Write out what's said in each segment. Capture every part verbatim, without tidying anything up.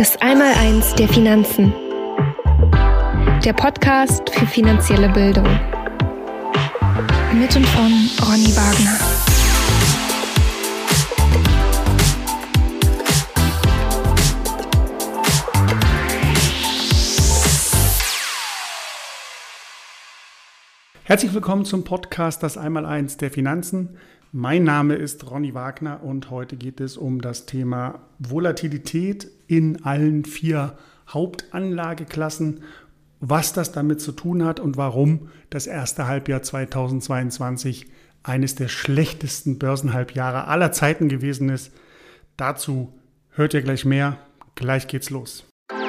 Das Einmaleins der Finanzen. Der Podcast für finanzielle Bildung. Mit und von Ronny Wagner. Herzlich willkommen zum Podcast Das Einmaleins der Finanzen. Mein Name ist Ronny Wagner und heute geht es um das Thema Volatilität in allen vier Hauptanlageklassen, was das damit zu tun hat und warum das erste Halbjahr zweitausendzweiundzwanzig eines der schlechtesten Börsenhalbjahre aller Zeiten gewesen ist. Dazu hört ihr gleich mehr. Gleich geht's los.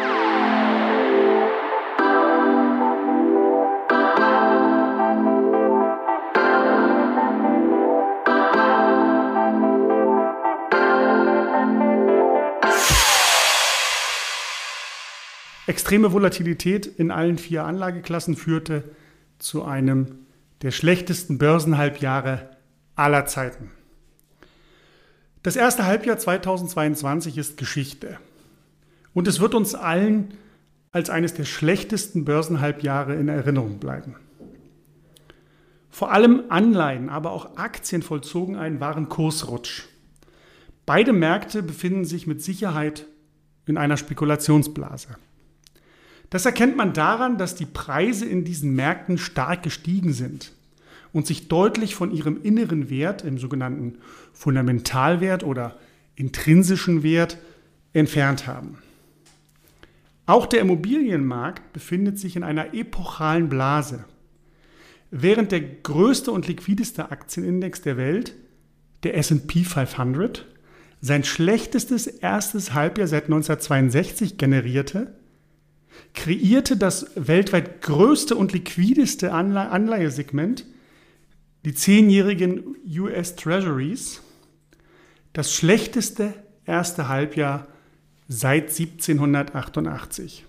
Extreme Volatilität in allen vier Anlageklassen führte zu einem der schlechtesten Börsenhalbjahre aller Zeiten. Das erste Halbjahr zweitausendzweiundzwanzig ist Geschichte und es wird uns allen als eines der schlechtesten Börsenhalbjahre in Erinnerung bleiben. Vor allem Anleihen, aber auch Aktien vollzogen einen wahren Kursrutsch. Beide Märkte befinden sich mit Sicherheit in einer Spekulationsblase. Das erkennt man daran, dass die Preise in diesen Märkten stark gestiegen sind und sich deutlich von ihrem inneren Wert, im sogenannten Fundamentalwert oder intrinsischen Wert, entfernt haben. Auch der Immobilienmarkt befindet sich in einer epochalen Blase. Während der größte und liquideste Aktienindex der Welt, der S und P fünfhundert, sein schlechtestes erstes Halbjahr seit neunzehnhundertzweiundsechzig generierte, kreierte das weltweit größte und liquideste Anle- Anleihesegment, die zehnjährigen U S Treasuries, das schlechteste erste Halbjahr seit siebzehnhundertachtundachtzig.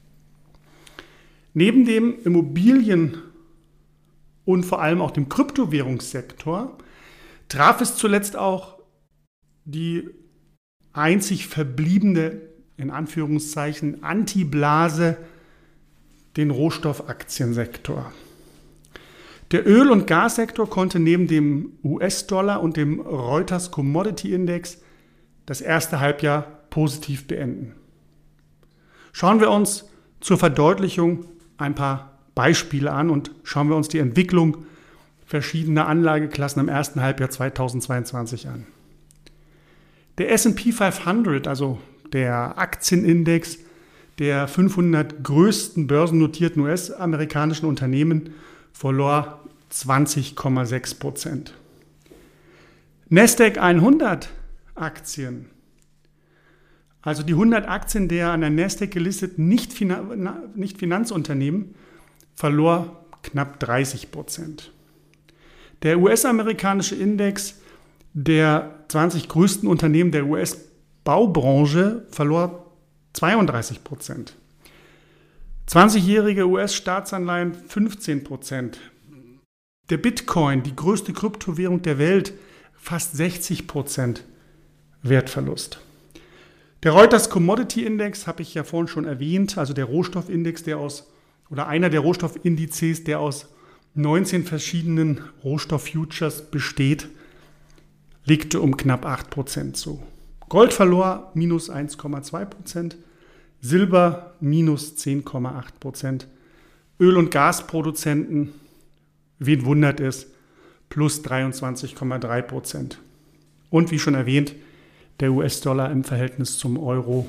Neben dem Immobilien- und vor allem auch dem Kryptowährungssektor traf es zuletzt auch die einzig verbliebene, in Anführungszeichen, Antiblase, den Rohstoffaktiensektor. Der Öl- und Gassektor konnte neben dem U S-Dollar und dem Reuters Commodity Index das erste Halbjahr positiv beenden. Schauen wir uns zur Verdeutlichung ein paar Beispiele an und schauen wir uns die Entwicklung verschiedener Anlageklassen im ersten Halbjahr zweitausendzweiundzwanzig an. Der S und P fünfhundert, also der Aktienindex der fünfhundert größten börsennotierten U S-amerikanischen Unternehmen, verlor zwanzig Komma sechs Prozent. Nasdaq hundert Aktien, also die hundert Aktien der an der Nasdaq gelisteten Nicht-Finanzunternehmen, verlor knapp dreißig Prozent. Der U S-amerikanische Index der zwanzig größten Unternehmen der U S-Baubranche verlor zweiunddreißig Prozent. zwanzigjährige U S-Staatsanleihen fünfzehn Prozent. Der Bitcoin, die größte Kryptowährung der Welt, fast sechzig Prozent Wertverlust. Der Reuters Commodity Index habe ich ja vorhin schon erwähnt, also der Rohstoffindex, der aus, oder einer der Rohstoffindizes, der aus neunzehn verschiedenen Rohstofffutures besteht, legte um knapp acht Prozent zu. Gold verlor minus eins Komma zwei Prozent, Silber minus zehn Komma acht Prozent, Öl- und Gasproduzenten, wen wundert es, plus dreiundzwanzig Komma drei Prozent. Und wie schon erwähnt, der U S-Dollar im Verhältnis zum Euro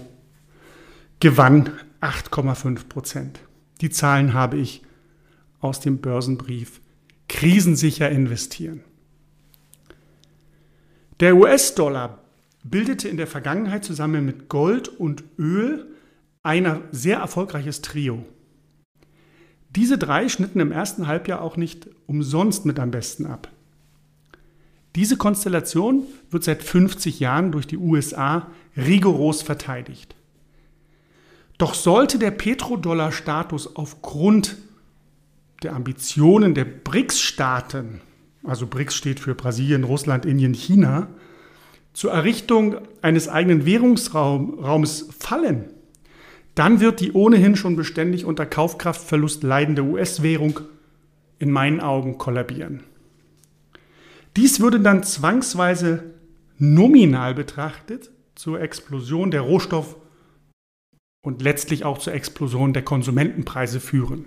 gewann acht Komma fünf Prozent. Die Zahlen habe ich aus dem Börsenbrief Krisensicher investieren. Der U S-Dollar bildete in der Vergangenheit zusammen mit Gold und Öl ein sehr erfolgreiches Trio. Diese drei schnitten im ersten Halbjahr auch nicht umsonst mit am besten ab. Diese Konstellation wird seit fünfzig Jahren durch die U S A rigoros verteidigt. Doch sollte der Petrodollar-Status aufgrund der Ambitionen der B R I C S-Staaten, also B R I C S steht für Brasilien, Russland, Indien, China, zur Errichtung eines eigenen Währungsraums fallen, dann wird die ohnehin schon beständig unter Kaufkraftverlust leidende U S-Währung in meinen Augen kollabieren. Dies würde dann zwangsweise nominal betrachtet zur Explosion der Rohstoff- und letztlich auch zur Explosion der Konsumentenpreise führen.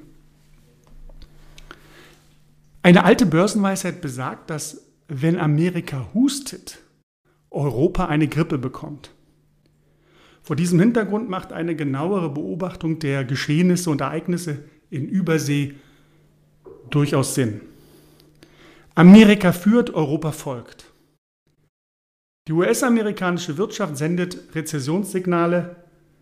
Eine alte Börsenweisheit besagt, dass wenn Amerika hustet, Europa eine Grippe bekommt. Vor diesem Hintergrund macht eine genauere Beobachtung der Geschehnisse und Ereignisse in Übersee durchaus Sinn. Amerika führt, Europa folgt. Die U S-amerikanische Wirtschaft sendet Rezessionssignale,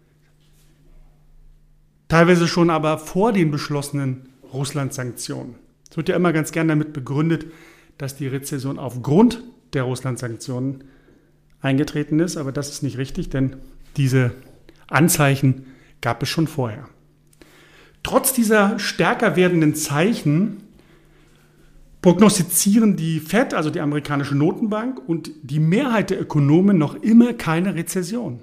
teilweise schon aber vor den beschlossenen Russland-Sanktionen. Es wird ja immer ganz gern damit begründet, dass die Rezession aufgrund der Russland-Sanktionen eingetreten ist, aber das ist nicht richtig, denn diese Anzeichen gab es schon vorher. Trotz dieser stärker werdenden Zeichen prognostizieren die Fed, also die amerikanische Notenbank, und die Mehrheit der Ökonomen noch immer keine Rezession.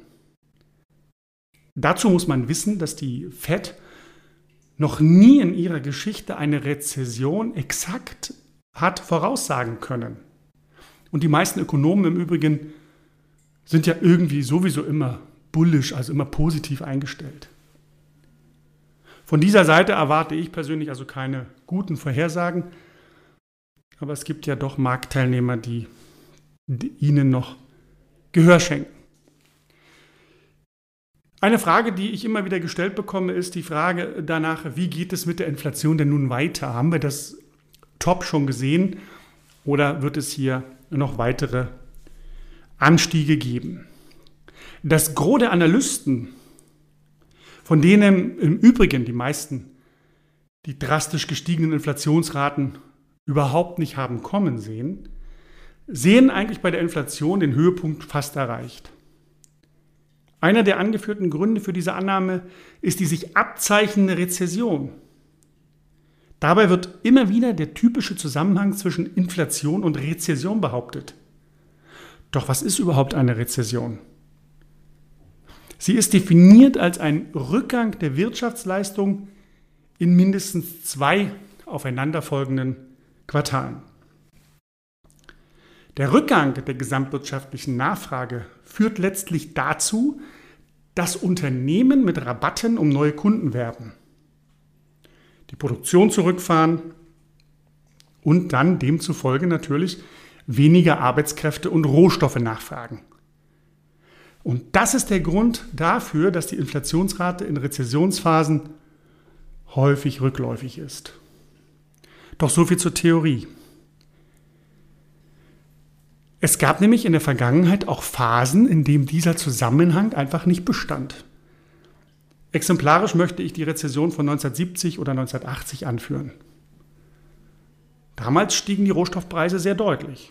Dazu muss man wissen, dass die Fed noch nie in ihrer Geschichte eine Rezession exakt hat voraussagen können. Und die meisten Ökonomen im Übrigen sind ja irgendwie sowieso immer bullish, also immer positiv eingestellt. Von dieser Seite erwarte ich persönlich also keine guten Vorhersagen, aber es gibt ja doch Marktteilnehmer, die, die ihnen noch Gehör schenken. Eine Frage, die ich immer wieder gestellt bekomme, ist die Frage danach, wie geht es mit der Inflation denn nun weiter? Haben wir das Top schon gesehen oder wird es hier noch weitere Anstiege geben? Das Gros der Analysten, von denen im Übrigen die meisten die drastisch gestiegenen Inflationsraten überhaupt nicht haben kommen sehen, sehen eigentlich bei der Inflation den Höhepunkt fast erreicht. Einer der angeführten Gründe für diese Annahme ist die sich abzeichnende Rezession. Dabei wird immer wieder der typische Zusammenhang zwischen Inflation und Rezession behauptet. Doch was ist überhaupt eine Rezession? Sie ist definiert als ein Rückgang der Wirtschaftsleistung in mindestens zwei aufeinanderfolgenden Quartalen. Der Rückgang der gesamtwirtschaftlichen Nachfrage führt letztlich dazu, dass Unternehmen mit Rabatten um neue Kunden werben, die Produktion zurückfahren und dann demzufolge natürlich weniger Arbeitskräfte und Rohstoffe nachfragen. Und das ist der Grund dafür, dass die Inflationsrate in Rezessionsphasen häufig rückläufig ist. Doch so viel zur Theorie. Es gab nämlich in der Vergangenheit auch Phasen, in denen dieser Zusammenhang einfach nicht bestand. Exemplarisch möchte ich die Rezession von neunzehnhundertsiebzig oder neunzehnhundertachtzig anführen. Damals stiegen die Rohstoffpreise sehr deutlich.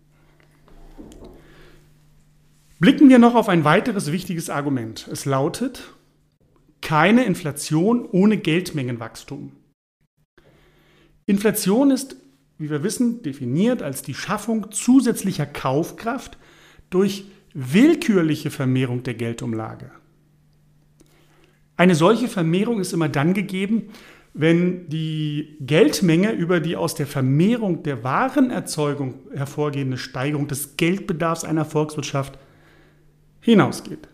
Blicken wir noch auf ein weiteres wichtiges Argument. Es lautet: keine Inflation ohne Geldmengenwachstum. Inflation ist, wie wir wissen, definiert als die Schaffung zusätzlicher Kaufkraft durch willkürliche Vermehrung der Geldumlage. Eine solche Vermehrung ist immer dann gegeben, wenn die Geldmenge über die aus der Vermehrung der Warenerzeugung hervorgehende Steigerung des Geldbedarfs einer Volkswirtschaft hinausgeht.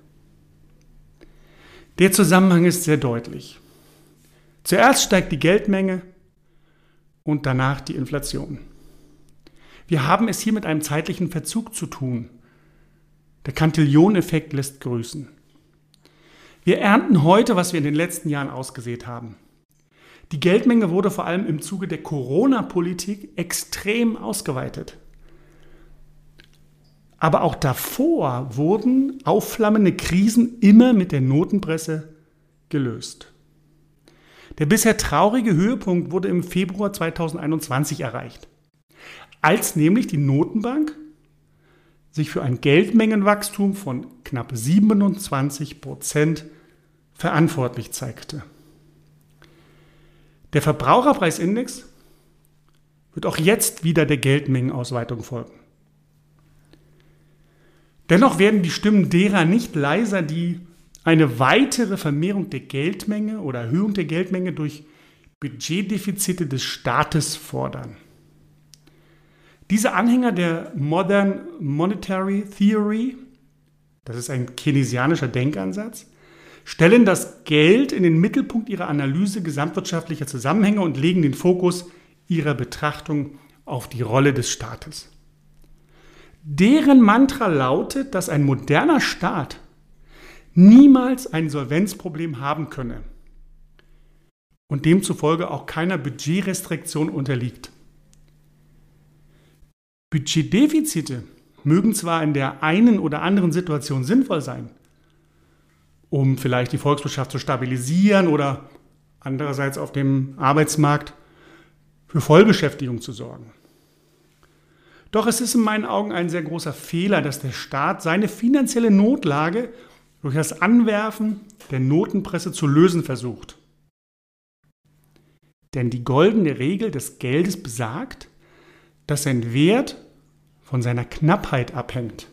Der Zusammenhang ist sehr deutlich. Zuerst steigt die Geldmenge und danach die Inflation. Wir haben es hier mit einem zeitlichen Verzug zu tun. Der Cantillon-Effekt lässt grüßen. Wir ernten heute, was wir in den letzten Jahren ausgesät haben. Die Geldmenge wurde vor allem im Zuge der Corona-Politik extrem ausgeweitet. Aber auch davor wurden aufflammende Krisen immer mit der Notenpresse gelöst. Der bisher traurige Höhepunkt wurde im Februar zweitausendeinundzwanzig erreicht, als nämlich die Notenbank sich für ein Geldmengenwachstum von knapp siebenundzwanzig Prozent verantwortlich zeigte. Der Verbraucherpreisindex wird auch jetzt wieder der Geldmengenausweitung folgen. Dennoch werden die Stimmen derer nicht leiser, die eine weitere Vermehrung der Geldmenge oder Erhöhung der Geldmenge durch Budgetdefizite des Staates fordern. Diese Anhänger der Modern Monetary Theory, das ist ein keynesianischer Denkansatz, stellen das Geld in den Mittelpunkt ihrer Analyse gesamtwirtschaftlicher Zusammenhänge und legen den Fokus ihrer Betrachtung auf die Rolle des Staates. Deren Mantra lautet, dass ein moderner Staat niemals ein Solvenzproblem haben könne und demzufolge auch keiner Budgetrestriktion unterliegt. Budgetdefizite mögen zwar in der einen oder anderen Situation sinnvoll sein, um vielleicht die Volkswirtschaft zu stabilisieren oder andererseits auf dem Arbeitsmarkt für Vollbeschäftigung zu sorgen. Doch es ist in meinen Augen ein sehr großer Fehler, dass der Staat seine finanzielle Notlage durch das Anwerfen der Notenpresse zu lösen versucht. Denn die goldene Regel des Geldes besagt, dass sein Wert von seiner Knappheit abhängt.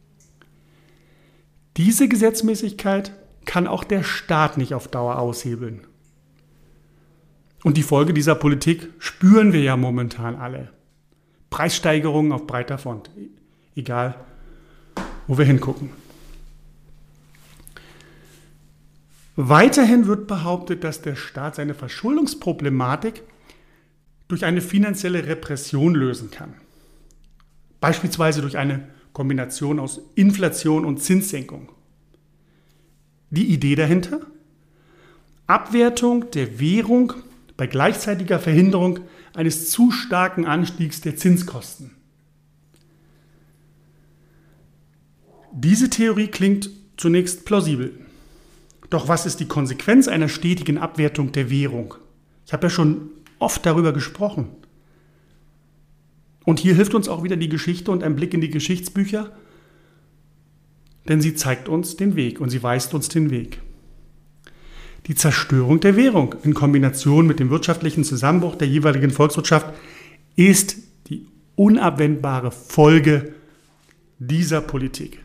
Diese Gesetzmäßigkeit kann auch der Staat nicht auf Dauer aushebeln. Und die Folge dieser Politik spüren wir ja momentan alle. Preissteigerungen auf breiter Front, egal wo wir hingucken. Weiterhin wird behauptet, dass der Staat seine Verschuldungsproblematik durch eine finanzielle Repression lösen kann. Beispielsweise durch eine Kombination aus Inflation und Zinssenkung. Die Idee dahinter? Abwertung der Währung bei gleichzeitiger Verhinderung eines zu starken Anstiegs der Zinskosten. Diese Theorie klingt zunächst plausibel. Doch was ist die Konsequenz einer stetigen Abwertung der Währung? Ich habe ja schon oft darüber gesprochen. Und hier hilft uns auch wieder die Geschichte und ein Blick in die Geschichtsbücher, denn sie zeigt uns den Weg und sie weist uns den Weg. Die Zerstörung der Währung in Kombination mit dem wirtschaftlichen Zusammenbruch der jeweiligen Volkswirtschaft ist die unabwendbare Folge dieser Politik.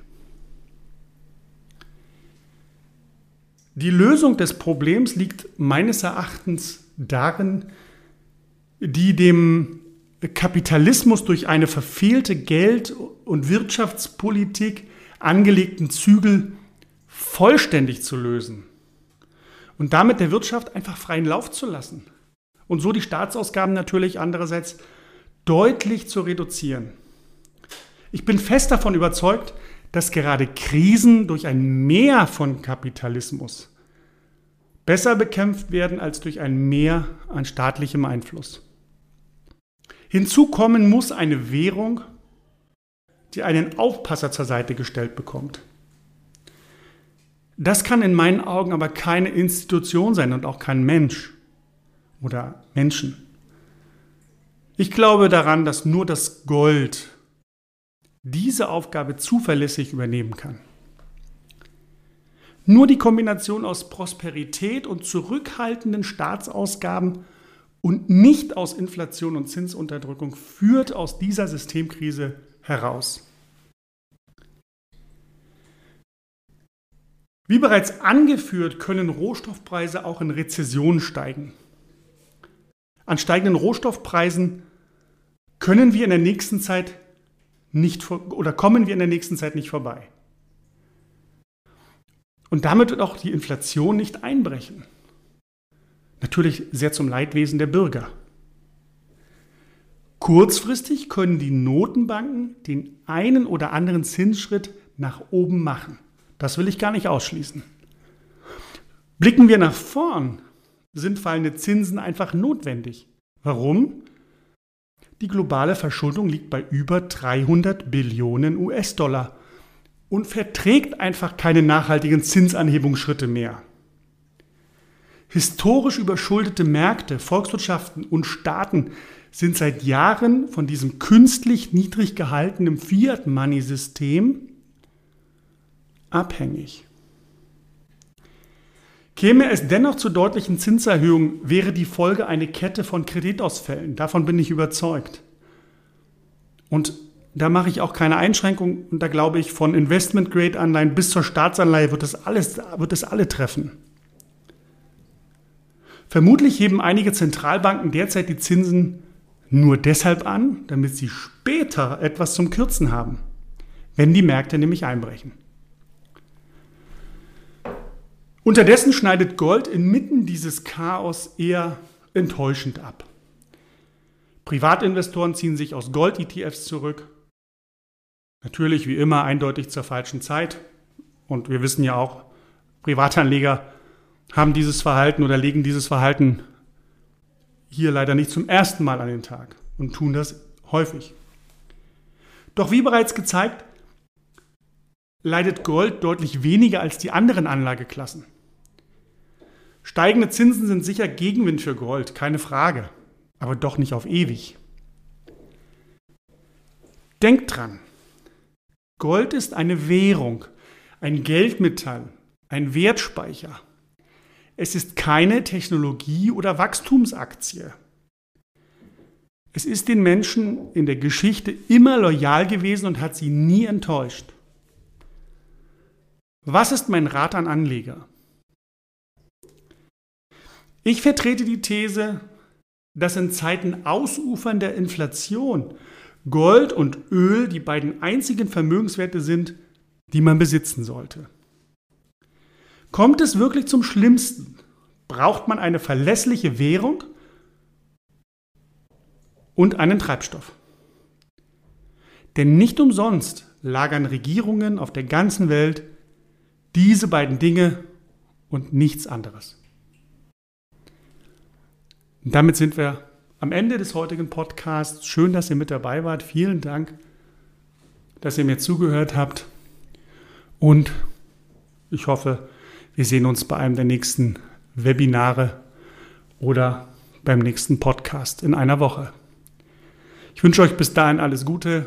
Die Lösung des Problems liegt meines Erachtens darin, die dem Kapitalismus durch eine verfehlte Geld- und Wirtschaftspolitik angelegten Zügel vollständig zu lösen und damit der Wirtschaft einfach freien Lauf zu lassen und so die Staatsausgaben natürlich andererseits deutlich zu reduzieren. Ich bin fest davon überzeugt, dass gerade Krisen durch ein Mehr von Kapitalismus besser bekämpft werden als durch ein Mehr an staatlichem Einfluss. Hinzu kommen muss eine Währung, die einen Aufpasser zur Seite gestellt bekommt. Das kann in meinen Augen aber keine Institution sein und auch kein Mensch oder Menschen. Ich glaube daran, dass nur das Gold diese Aufgabe zuverlässig übernehmen kann. Nur die Kombination aus Prosperität und zurückhaltenden Staatsausgaben und nicht aus Inflation und Zinsunterdrückung führt aus dieser Systemkrise heraus. Wie bereits angeführt, können Rohstoffpreise auch in Rezession steigen. An steigenden Rohstoffpreisen können wir in der nächsten Zeit nicht oder kommen wir in der nächsten Zeit nicht vorbei. Und damit wird auch die Inflation nicht einbrechen. Natürlich sehr zum Leidwesen der Bürger. Kurzfristig können die Notenbanken den einen oder anderen Zinsschritt nach oben machen. Das will ich gar nicht ausschließen. Blicken wir nach vorn, sind fallende Zinsen einfach notwendig. Warum? Die globale Verschuldung liegt bei über dreihundert Billionen U S-Dollar und verträgt einfach keine nachhaltigen Zinsanhebungsschritte mehr. Historisch überschuldete Märkte, Volkswirtschaften und Staaten sind seit Jahren von diesem künstlich niedrig gehaltenen Fiat-Money-System abhängig. Käme es dennoch zu deutlichen Zinserhöhungen, wäre die Folge eine Kette von Kreditausfällen. Davon bin ich überzeugt. Und Da mache ich auch keine Einschränkung und da glaube ich, von Investment-Grade-Anleihen bis zur Staatsanleihe wird das alles, wird das alle treffen. Vermutlich heben einige Zentralbanken derzeit die Zinsen nur deshalb an, damit sie später etwas zum Kürzen haben, wenn die Märkte nämlich einbrechen. Unterdessen schneidet Gold inmitten dieses Chaos eher enttäuschend ab. Privatinvestoren ziehen sich aus Gold-E T Fs zurück. Natürlich wie immer eindeutig zur falschen Zeit. Und wir wissen ja auch, Privatanleger haben dieses Verhalten oder legen dieses Verhalten hier leider nicht zum ersten Mal an den Tag und tun das häufig. Doch wie bereits gezeigt, leidet Gold deutlich weniger als die anderen Anlageklassen. Steigende Zinsen sind sicher Gegenwind für Gold, keine Frage, aber doch nicht auf ewig. Denkt dran, Gold ist eine Währung, ein Geldmetall, ein Wertspeicher. Es ist keine Technologie- oder Wachstumsaktie. Es ist den Menschen in der Geschichte immer loyal gewesen und hat sie nie enttäuscht. Was ist mein Rat an Anleger? Ich vertrete die These, dass in Zeiten ausufernder Inflation Gold und Öl die beiden einzigen Vermögenswerte sind, die man besitzen sollte. Kommt es wirklich zum Schlimmsten, braucht man eine verlässliche Währung und einen Treibstoff. Denn nicht umsonst lagern Regierungen auf der ganzen Welt diese beiden Dinge und nichts anderes. Und damit sind wir am Ende des heutigen Podcasts. Schön, dass ihr mit dabei wart. Vielen Dank, dass ihr mir zugehört habt. Und ich hoffe, wir sehen uns bei einem der nächsten Webinare oder beim nächsten Podcast in einer Woche. Ich wünsche euch bis dahin alles Gute.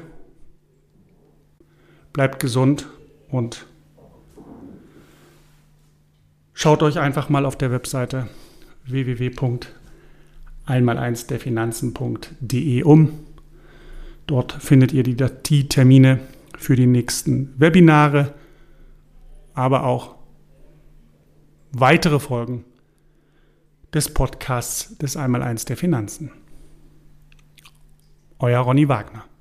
Bleibt gesund und schaut euch einfach mal auf der Webseite w w w punkt einmal eins der Finanzen punkt de um. Dort findet ihr die, die Termine für die nächsten Webinare, aber auch weitere Folgen des Podcasts des einmal eins der Finanzen. Euer Ronny Wagner.